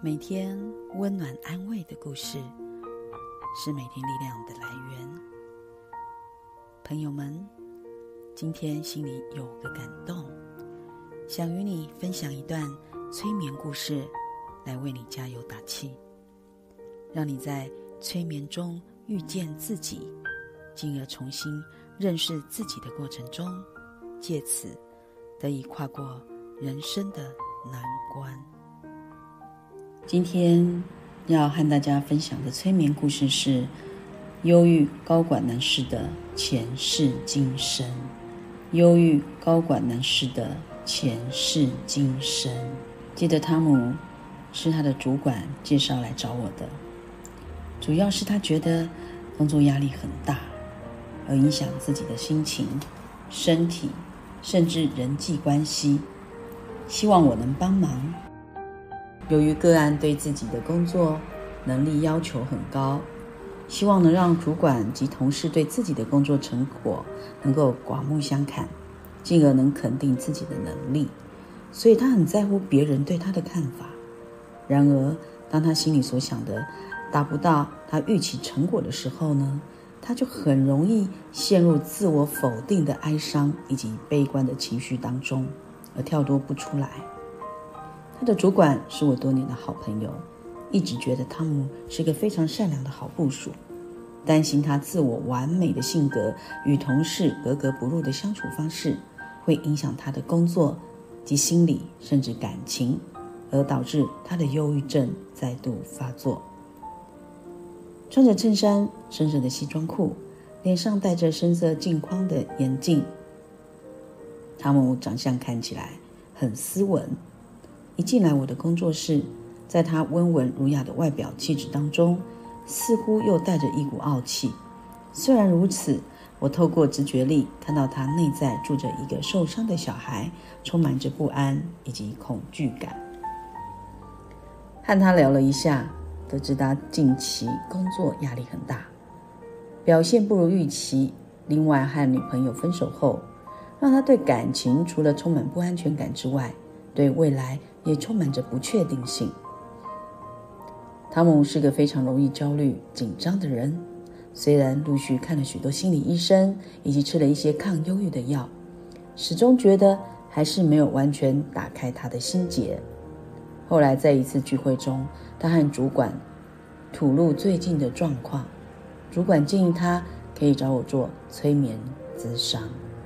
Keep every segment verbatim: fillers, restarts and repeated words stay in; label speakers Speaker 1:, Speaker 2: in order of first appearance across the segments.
Speaker 1: 每天温暖安慰的故事，是每天力量的来源。朋友们，今天心里有个感动，想与你分享一段催眠故事，来为你加油打气，让你在催眠中遇见自己，进而重新认识自己的过程中，借此得以跨过人生的难关。今天要和大家分享的催眠故事是忧郁高管男士的前世今生。忧郁高管男士的前世今生。记得汤姆是他的主管介绍来找我的，主要是他觉得工作压力很大，而影响自己的心情、身体，甚至人际关系，希望我能帮忙。由于个案对自己的工作能力要求很高，希望能让主管及同事对自己的工作成果能够刮目相看，进而能肯定自己的能力，所以他很在乎别人对他的看法。然而当他心里所想的达不到他预期成果的时候呢，他就很容易陷入自我否定的哀伤以及悲观的情绪当中，而跳脱不出来。他的主管是我多年的好朋友，一直觉得汤姆是个非常善良的好部属，担心他自我完美的性格与同事格格不入的相处方式会影响他的工作及心理甚至感情，而导致他的忧郁症再度发作。穿着衬衫、深色的西装裤，脸上戴着深色镜框的眼镜，汤姆长相看起来很斯文。一进来我的工作室，在他温文儒雅的外表气质当中，似乎又带着一股傲气。虽然如此，我透过直觉力看到他内在住着一个受伤的小孩，充满着不安以及恐惧感。和他聊了一下，得知他近期工作压力很大，表现不如预期，另外和女朋友分手后，让他对感情除了充满不安全感之外，对未来也充满着不确定性。汤姆是个非常容易焦虑紧张的人，虽然陆续看了许多心理医生以及吃了一些抗忧郁的药，始终觉得还是没有完全打开他的心结。后来在一次聚会中，他和主管吐露最近的状况，主管建议他可以找我做催眠咨商。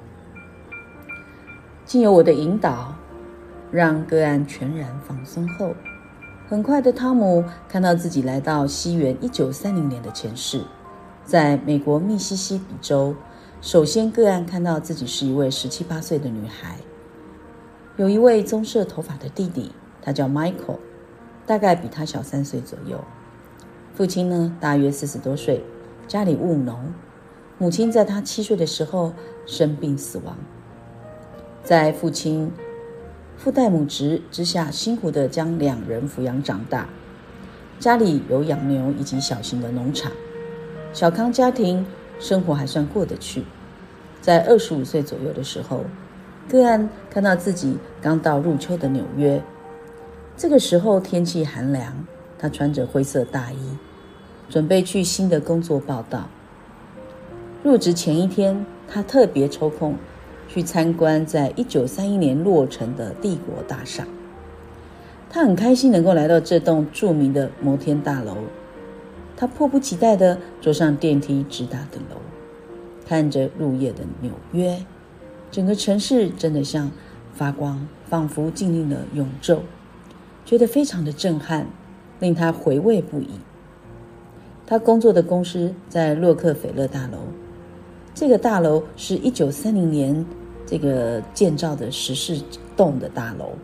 Speaker 1: 经由我的引导，让个案全然放松后，很快的汤姆看到自己来到西元一九三零年的前世，在美国密西西比州。首先个案看到自己是一位十七八岁的女孩，有一位棕色头发的弟弟，他叫 Michael， 大概比他小三岁左右。父亲呢，大约四十多岁，家里务农，母亲在他七岁的时候生病死亡。在父亲父代母职之下，辛苦地将两人抚养长大。家里有养牛以及小型的农场，小康家庭，生活还算过得去。在二十五岁左右的时候，个案看到自己刚到入秋的纽约。这个时候天气寒凉，他穿着灰色大衣，准备去新的工作报道。入职前一天，他特别抽空去参观在一九三一年落成的帝国大厦。他很开心能够来到这栋著名的摩天大楼，他迫不及待地坐上电梯直达等楼，看着入夜的纽约，整个城市真的像发光，仿佛经历了永昼，觉得非常的震撼，令他回味不已。他工作的公司在洛克菲勒大楼，这个大楼是一九三零年这个建造的十四栋的大楼，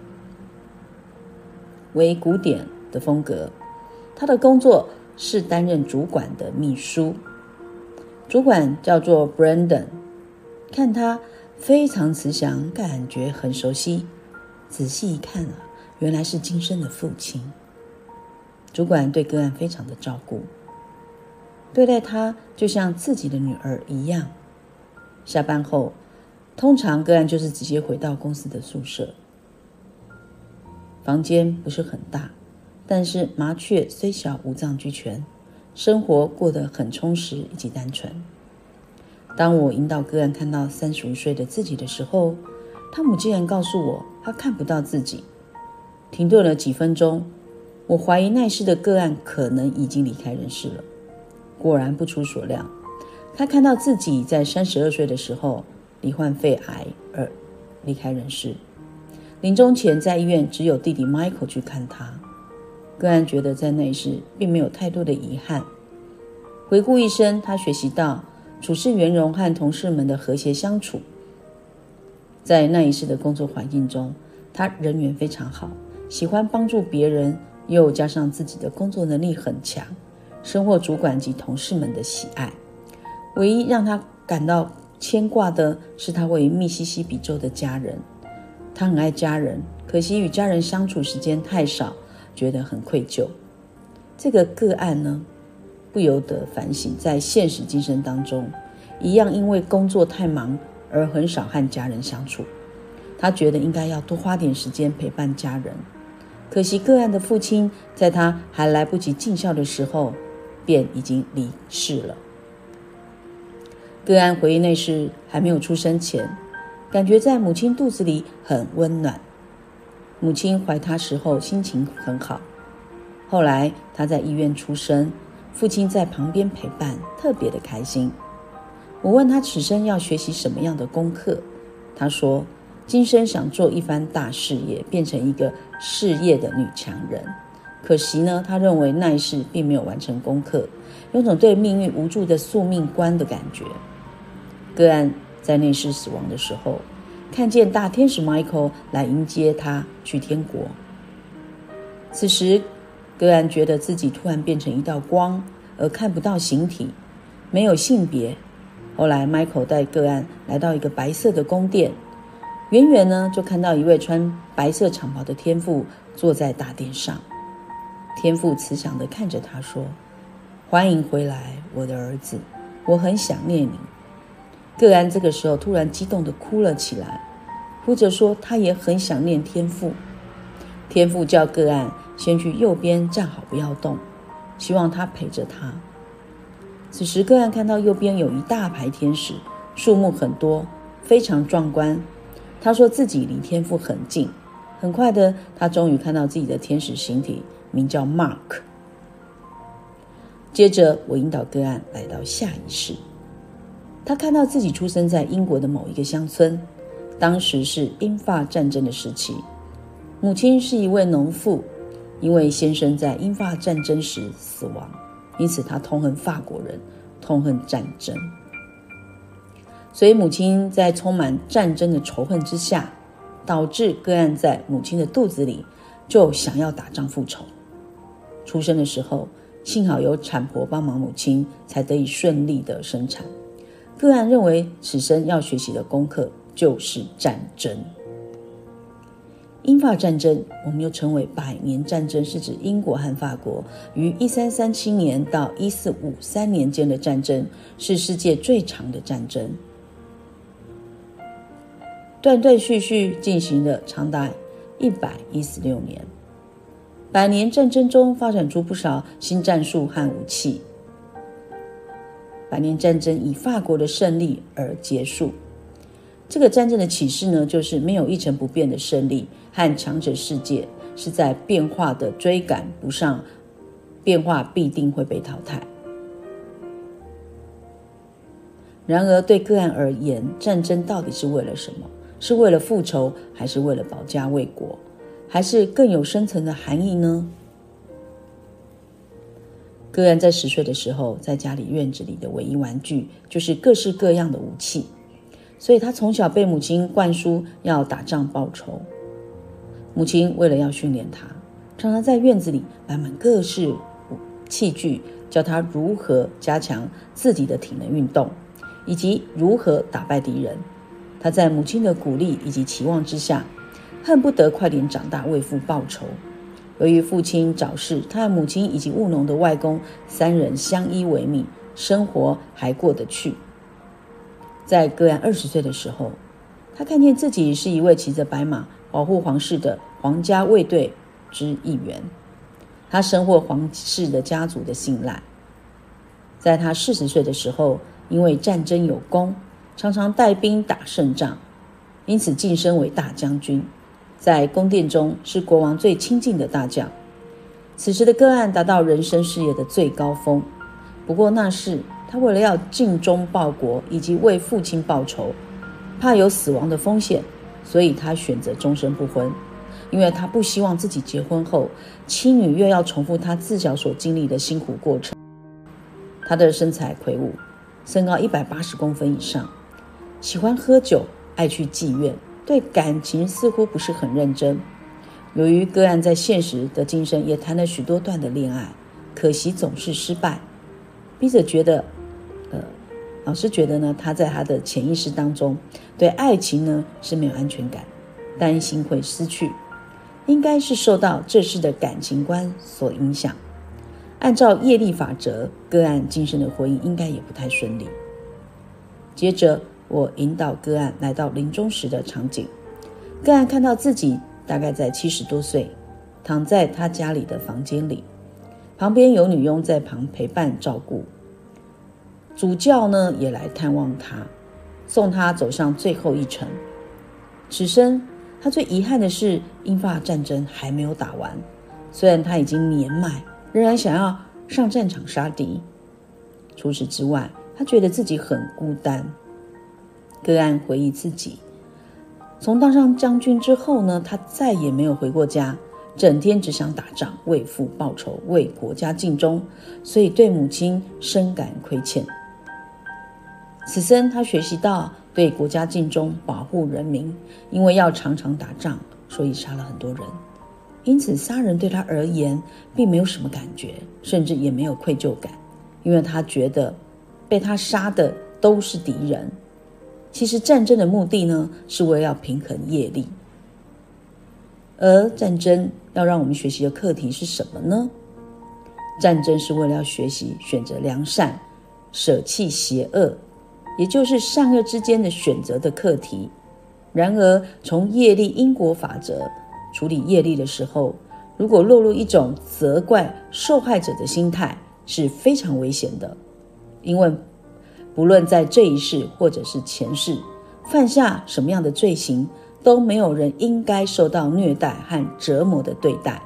Speaker 1: 为古典的风格。他的工作是担任主管的秘书，主管叫做 Brandon， 看他非常慈祥，感觉很熟悉，仔细一看啊，原来是今生的父亲。主管对个案非常的照顾，对待他就像自己的女儿一样。下班后，通常个案就是直接回到公司的宿舍。房间不是很大， 但是麻雀虽小五脏俱全，生活过得很充实以及单纯。当我引导个案看到三十五岁的自己的时候，他母竟然告诉我他看不到自己。停顿了几分钟，我怀疑那时的个案可能已经离开人世了。果然不出所料，他看到自己在三十二岁的时候罹患肺癌而离开人世。临终前在医院只有弟弟 Michael 去看他。个案觉得在那一世并没有太多的遗憾。回顾一生，他学习到处事圆融和同事们的和谐相处。在那一世的工作环境中，他人缘非常好，喜欢帮助别人，又加上自己的工作能力很强，深获主管及同事们的喜爱。唯一让他感到牵挂的是他位于密西西比州的家人。他很爱家人，可惜与家人相处时间太少，觉得很愧疚。这个个案呢，不由得反省，在现实今生当中，一样因为工作太忙而很少和家人相处。他觉得应该要多花点时间陪伴家人，可惜个案的父亲在他还来不及尽孝的时候，便已经离世了。个案回忆那时还没有出生前，感觉在母亲肚子里很温暖。母亲怀他时候心情很好，后来他在医院出生，父亲在旁边陪伴，特别的开心。我问他此生要学习什么样的功课，他说今生想做一番大事业，变成一个事业的女强人。可惜呢，他认为那一世并没有完成功课，有种对命运无助的宿命观的感觉。个案在那世死亡的时候，看见大天使 Michael 来迎接他去天国。此时个案觉得自己突然变成一道光，而看不到形体，没有性别。后来 Michael 带个案来到一个白色的宫殿，远远呢就看到一位穿白色长袍的天父坐在大殿上。天父慈祥地看着他说，欢迎回来，我的儿子，我很想念你。个案这个时候突然激动地哭了起来，哭着说他也很想念天父。天父叫个案先去右边站好，不要动，希望他陪着他。此时个案看到右边有一大排天使，数目很多，非常壮观。他说自己离天父很近。很快的，他终于看到自己的天使形体，名叫 Mark。 接着我引导个案来到下一世，他看到自己出生在英国的某一个乡村，当时是英法战争的时期。母亲是一位农妇，因为先生在英法战争时死亡，因此他痛恨法国人，痛恨战争。所以母亲在充满战争的仇恨之下，导致个案在母亲的肚子里就想要打仗复仇。出生的时候，幸好有产婆帮忙母亲，才得以顺利的生产。个案认为此生要学习的功课就是战争。英法战争我们又称为百年战争，是指英国和法国于一三三七年到一四五三年间的战争，是世界最长的战争，断断续续进行了长达一百一十六年。百年战争中发展出不少新战术和武器。百年战争以法国的胜利而结束。这个战争的启示呢，就是没有一成不变的胜利，和强者世界是在变化的追赶不上，变化必定会被淘汰。然而对个案而言，战争到底是为了什么？是为了复仇，还是为了保家卫国，还是更有深层的含义呢？个案在十岁的时候，在家里院子里的唯一玩具就是各式各样的武器，所以他从小被母亲灌输要打仗报仇。母亲为了要训练他，常常在院子里摆满各式器具，教他如何加强自己的体能运动，以及如何打败敌人。他在母亲的鼓励以及期望之下，恨不得快点长大为父报仇。由于父亲早逝，他和母亲以及务农的外公三人相依为命，生活还过得去。在个案二十岁的时候，他看见自己是一位骑着白马保护皇室的皇家卫队之一员。 他深获皇室的家族的信赖。在他四十岁的时候，因为战争有功，常常带兵打胜仗，因此晋升为大将军，在宫殿中是国王最亲近的大将。此时的个案达到人生事业的最高峰，不过那时他为了要尽忠报国以及为父亲报仇，怕有死亡的风险，所以他选择终身不婚，因为他不希望自己结婚后妻女又要重复他自小所经历的辛苦过程。他的身材魁梧，身高一百八十公分以上，喜欢喝酒，爱去妓院，对感情似乎不是很认真。由于个案在现实的今生也谈了许多段的恋爱，可惜总是失败，笔者觉得呃，老师觉得呢，他在他的潜意识当中对爱情呢是没有安全感，担心会失去，应该是受到这世的感情观所影响。按照业力法则，个案今生的婚姻应该也不太顺利。接着我引导个案来到临终时的场景，个案看到自己大概在七十多岁，躺在他家里的房间里，旁边有女佣在旁陪伴照顾，主教呢也来探望他，送他走上最后一程。此生他最遗憾的是英法战争还没有打完，虽然他已经年迈，仍然想要上战场杀敌。除此之外，他觉得自己很孤单。个案回忆自己从当上将军之后呢，他再也没有回过家，整天只想打仗，为父报仇，为国家尽忠，所以对母亲深感亏欠。此生他学习到对国家尽忠，保护人民，因为要常常打仗，所以杀了很多人。因此杀人对他而言并没有什么感觉，甚至也没有愧疚感，因为他觉得被他杀的都是敌人。其实战争的目的呢，是为了要平衡业力。而战争要让我们学习的课题是什么呢？战争是为了要学习选择良善，舍弃邪恶，也就是善恶之间的选择的课题。然而从业力因果法则处理业力的时候，如果落入一种责怪受害者的心态，是非常危险的。因为不论在这一世或者是前世犯下什么样的罪行，都没有人应该受到虐待和折磨的对待。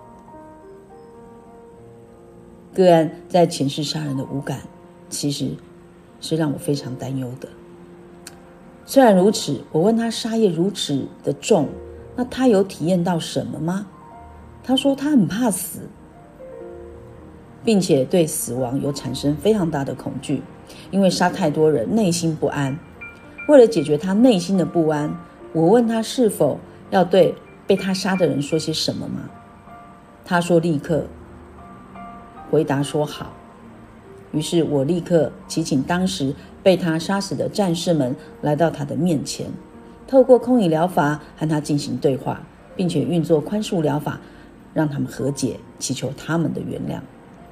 Speaker 1: 个案在前世杀人的无感，其实是让我非常担忧的。虽然如此，我问他杀业如此的重，那他有体验到什么吗？他说他很怕死，并且对死亡有产生非常大的恐惧，因为杀太多人，内心不安。为了解决他内心的不安，我问他是否要对被他杀的人说些什么吗？他说立刻回答说好。于是我立刻祈请当时被他杀死的战士们来到他的面前，透过空椅疗法和他进行对话，并且运作宽恕疗法，让他们和解，祈求他们的原谅。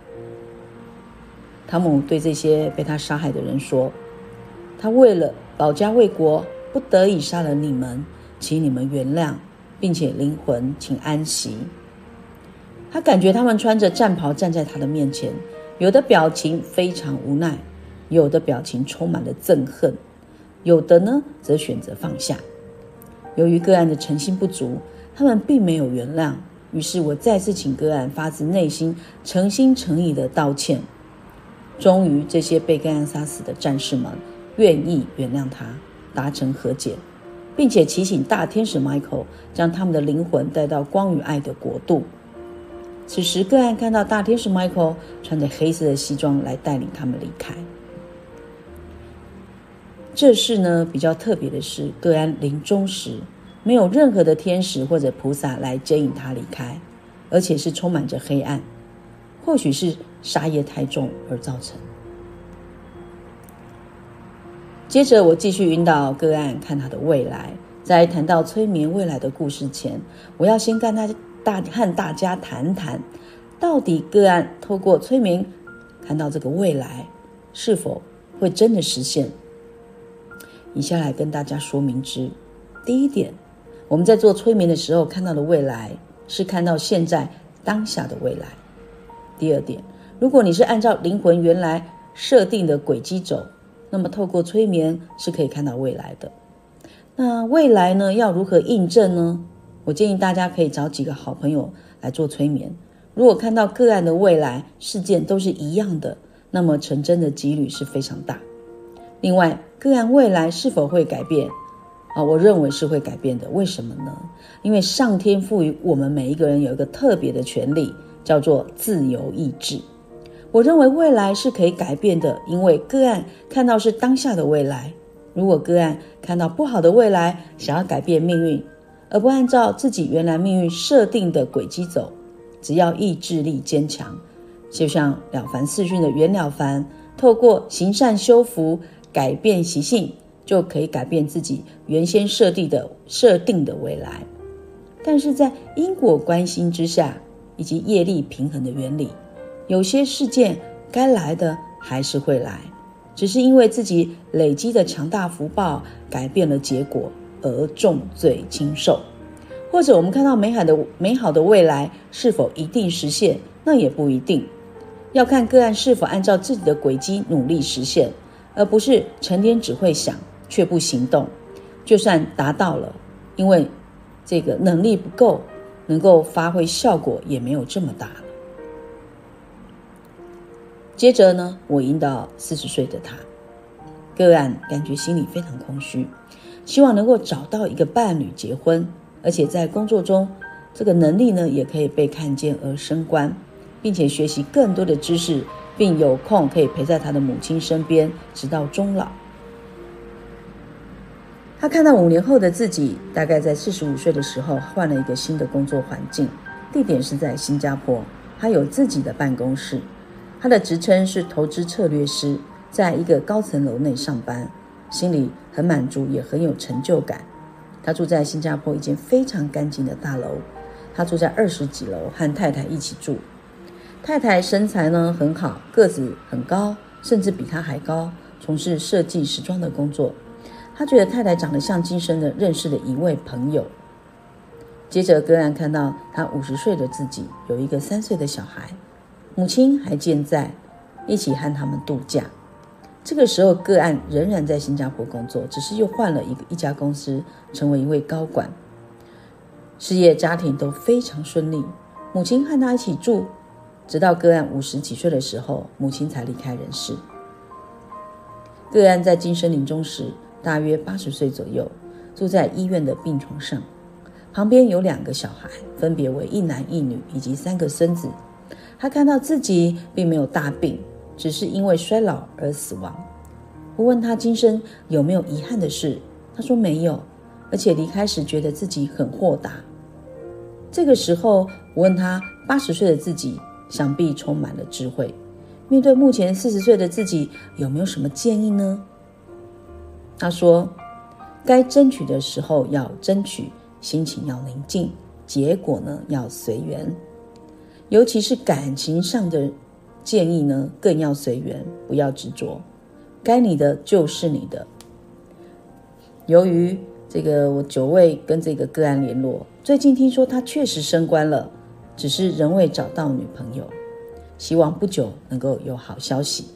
Speaker 1: 汤姆对这些被他杀害的人说，他为了保家卫国，不得已杀了你们，请你们原谅，并且灵魂请安息。他感觉他们穿着战袍站在他的面前，有的表情非常无奈，有的表情充满了憎恨，有的呢则选择放下。由于个案的诚心不足，他们并没有原谅，于是我再次请个案发自内心诚心诚意的道歉。终于这些被个案杀死的战士们愿意原谅他，达成和解，并且祈请大天使 Michael 将他们的灵魂带到光与爱的国度。此时个案看到大天使 Michael 穿着黑色的西装来带领他们离开。这事呢比较特别的是，个案临终时没有任何的天使或者菩萨来接引他离开，而且是充满着黑暗，或许是杀业太重而造成。接着我继续引导个案看他的未来。在谈到催眠未来的故事前，我要先跟他大和大家谈谈，到底个案透过催眠看到这个未来是否会真的实现。以下来跟大家说明之。第一点，我们在做催眠的时候看到的未来是看到现在当下的未来。第二点，如果你是按照灵魂原来设定的轨迹走，那么透过催眠是可以看到未来的。那未来呢，要如何印证呢？我建议大家可以找几个好朋友来做催眠。如果看到个案的未来事件都是一样的，那么成真的几率是非常大。另外，个案未来是否会改变啊？我认为是会改变的。为什么呢？因为上天赋予我们每一个人有一个特别的权利，叫做自由意志。我认为未来是可以改变的，因为个案看到是当下的未来。如果个案看到不好的未来，想要改变命运，而不按照自己原来命运设定的轨迹走，只要意志力坚强，就像了凡四训的袁了凡，透过行善修福，改变习性，就可以改变自己原先设定的设定的未来。但是在因果关系之下，以及业力平衡的原理，有些事件该来的还是会来，只是因为自己累积的强大福报改变了结果，而重罪轻受。或者我们看到美好的美好的未来是否一定实现，那也不一定，要看个案是否按照自己的轨迹努力实现，而不是成天只会想却不行动。就算达到了，因为这个能力不够，能够发挥效果也没有这么大了。接着呢，我引导四十岁的他，个案感觉心里非常空虚，希望能够找到一个伴侣结婚，而且在工作中这个能力呢也可以被看见而升官，并且学习更多的知识，并有空可以陪在他的母亲身边直到终老。他看到五年后的自己，大概在四十五岁的时候换了一个新的工作环境，地点是在新加坡，他有自己的办公室，他的职称是投资策略师，在一个高层楼内上班，心里很满足也很有成就感。他住在新加坡一间非常干净的大楼，他住在二十几楼，和太太一起住。太太身材呢很好，个子很高，甚至比他还高，从事设计时装的工作。他觉得太太长得像今生的认识的一位朋友。接着个案看到他五十岁的自己有一个三岁的小孩，母亲还健在，一起和他们度假。这个时候个案仍然在新加坡工作，只是又换了一个一家公司，成为一位高管，事业家庭都非常顺利。母亲和他一起住，直到个案五十几岁的时候，母亲才离开人世。个案在今生临终时大约八十岁左右，住在医院的病床上，旁边有两个小孩，分别为一男一女，以及三个孙子。他看到自己并没有大病，只是因为衰老而死亡。我问他今生有没有遗憾的事，他说没有，而且离开时觉得自己很豁达。这个时候我问他八十岁的自己想必充满了智慧，面对目前四十岁的自己有没有什么建议呢？他说该争取的时候要争取，心情要宁静，结果呢要随缘。尤其是感情上的建议呢更要随缘，不要执着，该你的就是你的。由于这个我久未跟这个个案联络，最近听说他确实升官了，只是仍未找到女朋友，希望不久能够有好消息。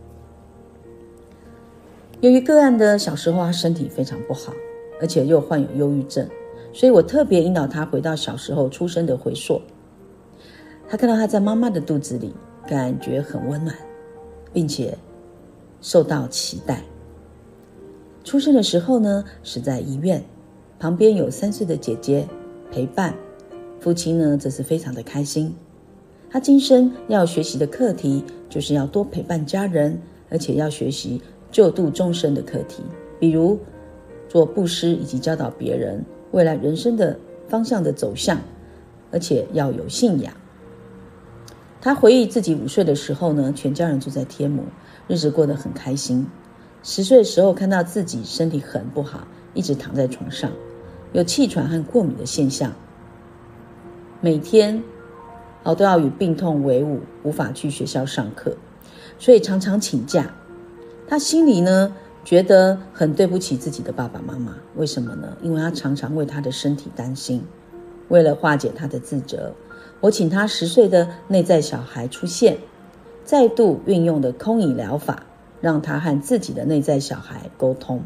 Speaker 1: 由于个案的小时候他身体非常不好，而且又患有忧郁症，所以我特别引导他回到小时候出生的回溯。他看到他在妈妈的肚子里，感觉很温暖，并且受到期待。出生的时候呢，是在医院，旁边有三岁的姐姐陪伴，父亲呢则是非常的开心。他今生要学习的课题就是要多陪伴家人，而且要学习救度众生的课题，比如做布施以及教导别人，未来人生的方向的走向，而且要有信仰。他回忆自己五岁的时候呢，全家人住在天母，日子过得很开心。十岁的时候看到自己身体很不好，一直躺在床上，有气喘和过敏的现象，每天哦都要与病痛为伍，无法去学校上课，所以常常请假。他心里呢觉得很对不起自己的爸爸妈妈，为什么呢？因为他常常为他的身体担心。为了化解他的自责， 我请他十岁的内在小孩出现，再度运用的空椅疗法，让他和自己的内在小孩沟通。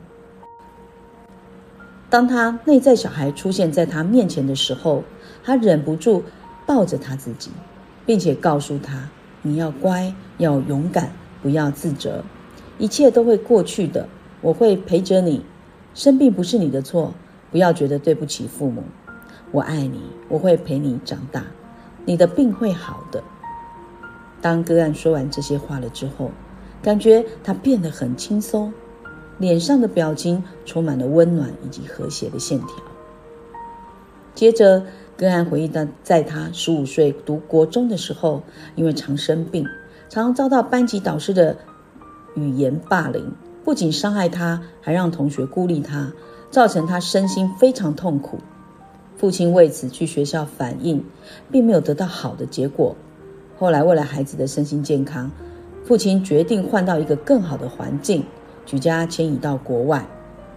Speaker 1: 当他内在小孩出现在他面前的时候，他忍不住抱着他自己，并且告诉他，你要乖，要勇敢，不要自责，一切都会过去的，我会陪着你，生病不是你的错，不要觉得对不起父母，我爱你，我会陪你长大，你的病会好的。当个案说完这些话了之后，感觉他变得很轻松，脸上的表情充满了温暖以及和谐的线条。接着个案回忆到，在他十五岁读国中的时候，因为常生病，常遭到班级导师的语言霸凌，不仅伤害他，还让同学孤立他，造成他身心非常痛苦。父亲为此去学校反映，并没有得到好的结果。后来为了孩子的身心健康，父亲决定换到一个更好的环境，举家迁移到国外。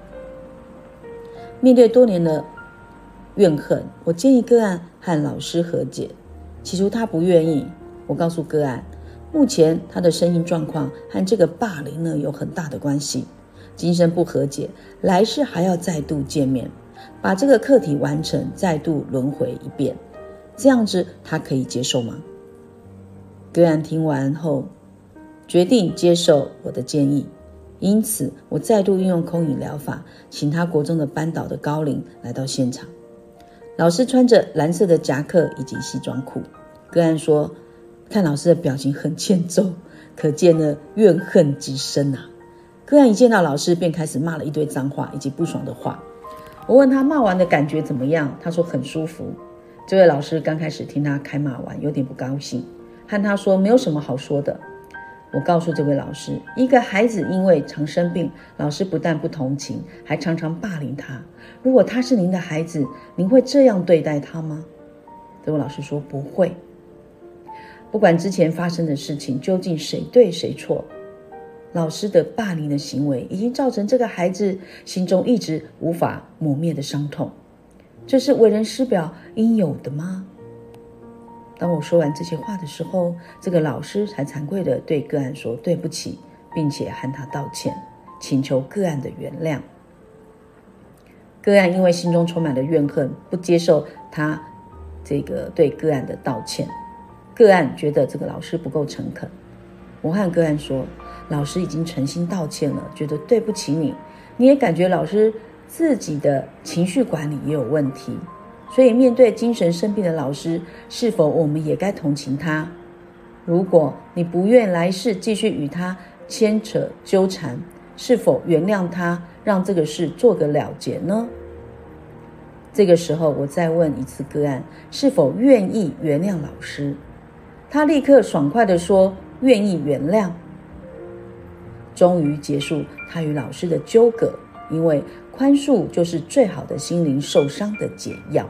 Speaker 1: 面对多年的怨恨，我建议个案和老师和解。起初他不愿意，我告诉个案，目前他的身心状况和这个霸凌呢有很大的关系，今生不和解，来世还要再度见面，把这个课题完成，再度轮回一遍，这样子他可以接受吗？个案听完后决定接受我的建议，因此我再度运用空椅疗法，请他国中的班导的高龄来到现场。老师穿着蓝色的夹克以及西装裤，个案说看老师的表情很欠揍，可见了怨恨极深啊。个案一见到老师便开始骂了一堆脏话以及不爽的话。我问他骂完的感觉怎么样，他说很舒服。这位老师刚开始听他开骂完有点不高兴，和他说没有什么好说的。我告诉这位老师，一个孩子因为常生病，老师不但不同情，还常常霸凌他。如果他是您的孩子，您会这样对待他吗？这位老师说不会。不管之前发生的事情究竟谁对谁错，老师的霸凌的行为已经造成这个孩子心中一直无法抹灭的伤痛，这是为人师表应有的吗？当我说完这些话的时候，这个老师才惭愧地对个案说对不起，并且和他道歉，请求个案的原谅。个案因为心中充满了怨恨，不接受他这个对个案的道歉。个案觉得这个老师不够诚恳。我和个案说，老师已经诚心道歉了，觉得对不起你，你也感觉老师自己的情绪管理也有问题，所以面对精神生病的老师，是否我们也该同情他？如果你不愿来世继续与他牵扯纠缠，是否原谅他，让这个事做个了结呢？这个时候我再问一次个案，是否愿意原谅老师？他立刻爽快地说愿意原谅。终于结束他与老师的纠葛，因为宽恕就是最好的心灵受伤的解药。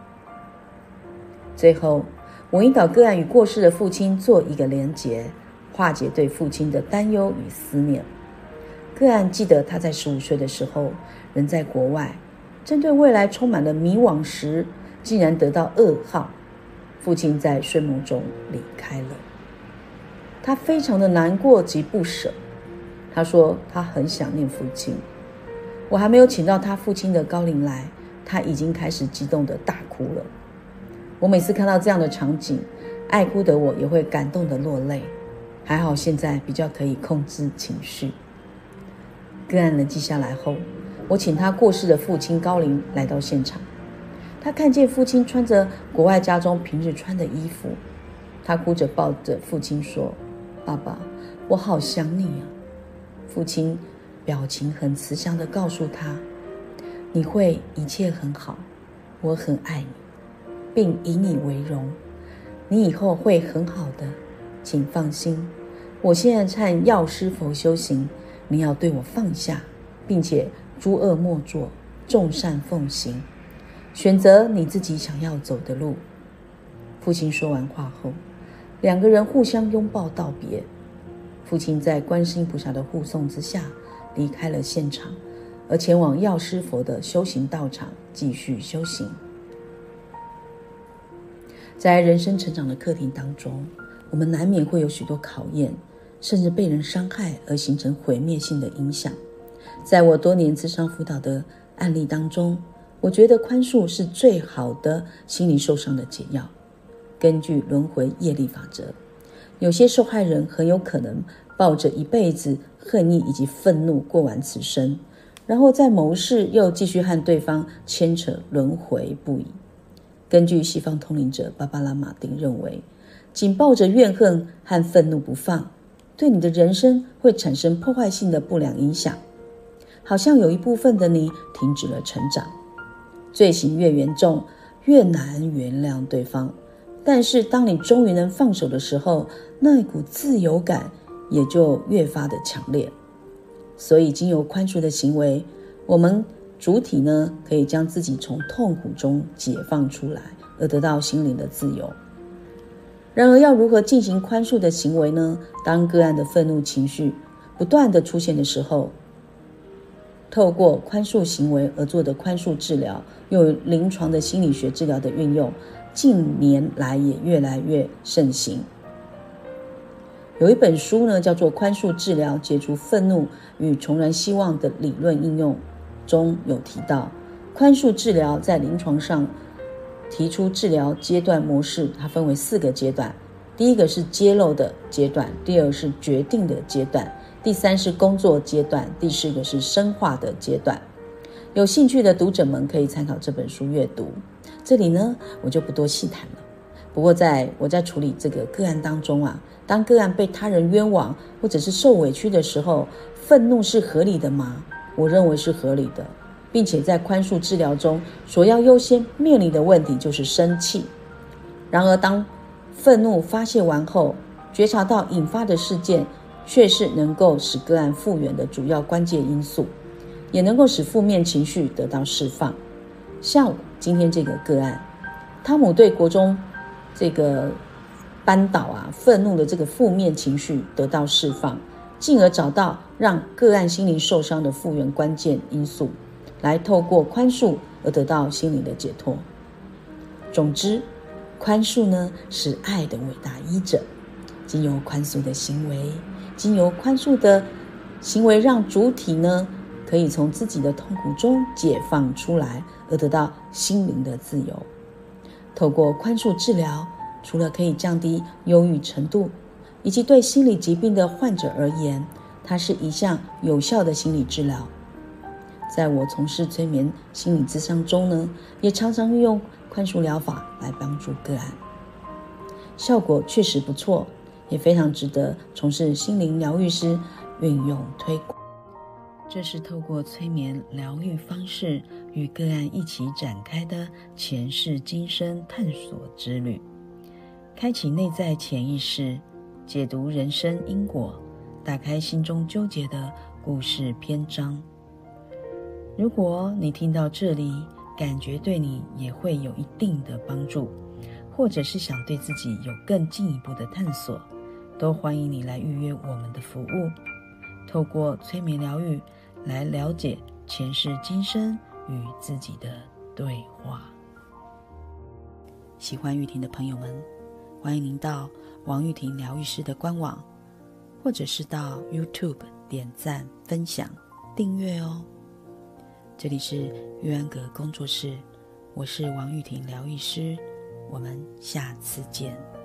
Speaker 1: 最后，我引导个案与过世的父亲做一个连结，化解对父亲的担忧与思念。个案记得他在十五岁的时候，人在国外，针对未来充满了迷惘时，竟然得到噩耗，父亲在睡梦中离开了。他非常的难过及不舍，他说他很想念父亲。我还没有请到他父亲的高龄来，他已经开始激动的大哭了。我每次看到这样的场景，爱哭的我也会感动的落泪。还好现在比较可以控制情绪。个案冷静下来后，我请他过世的父亲高龄来到现场。他看见父亲穿着国外家中平日穿的衣服，他哭着抱着父亲说，爸爸，我好想你啊。父亲表情很慈祥地告诉他，你会一切很好，我很爱你，并以你为荣，你以后会很好的，请放心。我现在趁药师佛修行，你要对我放下，并且诸恶莫作，众善奉行，选择你自己想要走的路。父亲说完话后，两个人互相拥抱道别。父亲在观世音菩萨的护送之下离开了现场，而前往药师佛的修行道场继续修行。 在人生成长的课题当中，我们难免会有许多考验，甚至被人伤害而形成毁灭性的影响。在我多年諮商辅导的案例当中，我觉得宽恕是最好的心理受伤的解药。根据轮回业力法则，有些受害人很有可能抱着一辈子恨意以及愤怒过完此生，然后在某世又继续和对方牵扯轮回不已。根据西方通灵者芭芭拉·马丁认为，紧抱着怨恨和愤怒不放，对你的人生会产生破坏性的不良影响，好像有一部分的你停止了成长。罪行越严重，越难原谅对方，但是当你终于能放手的时候，那一股自由感也就越发的强烈。所以经由宽恕的行为，我们主体呢，可以将自己从痛苦中解放出来，而得到心灵的自由。然而要如何进行宽恕的行为呢？当个案的愤怒情绪不断的出现的时候，透过宽恕行为而做的宽恕治疗，又有临床的心理学治疗的运用，近年来也越来越盛行。有一本书呢，叫做《宽恕治疗：解除愤怒与重燃希望的理论应用》中有提到，宽恕治疗在临床上提出治疗阶段模式，它分为四个阶段。第一个是揭露的阶段，第二是决定的阶段，第三是工作阶段，第四个是深化的阶段。有兴趣的读者们可以参考这本书阅读。这里呢，我就不多细谈了。不过在我在处理这个个案当中啊，当个案被他人冤枉或者是受委屈的时候，愤怒是合理的吗？我认为是合理的，并且在宽恕治疗中所要优先面临的问题就是生气。然而当愤怒发泄完后，觉察到引发的事件却是能够使个案复原的主要关键因素，也能够使负面情绪得到释放。像今天这个个案，汤姆对国中这个扳倒啊愤怒的这个负面情绪得到释放，进而找到让个案心灵受伤的复原关键因素，来透过宽恕而得到心灵的解脱。总之，宽恕呢是爱的伟大医者，经由宽恕的行为，经由宽恕的行为让主体呢可以从自己的痛苦中解放出来，而得到心灵的自由。透过宽恕治疗，除了可以降低忧郁程度，以及对心理疾病的患者而言，它是一项有效的心理治疗。在我从事催眠心理咨商中呢，也常常运用宽恕疗法来帮助个案，效果确实不错，也非常值得从事心灵疗愈师运用推广。这是透过催眠疗愈方式与个案一起展开的前世今生探索之旅，开启内在潜意识，解读人生因果，打开心中纠结的故事篇章。如果你听到这里，感觉对你也会有一定的帮助，或者是想对自己有更进一步的探索，都欢迎你来预约我们的服务，透过催眠疗愈来了解前世今生与自己的对话。喜欢玉婷的朋友们，欢迎您到王玉婷疗愈师的官网，或者是到 YouTube 点赞、分享、订阅哦。这里是玉安阁工作室，我是王玉婷疗愈师，我们下次见。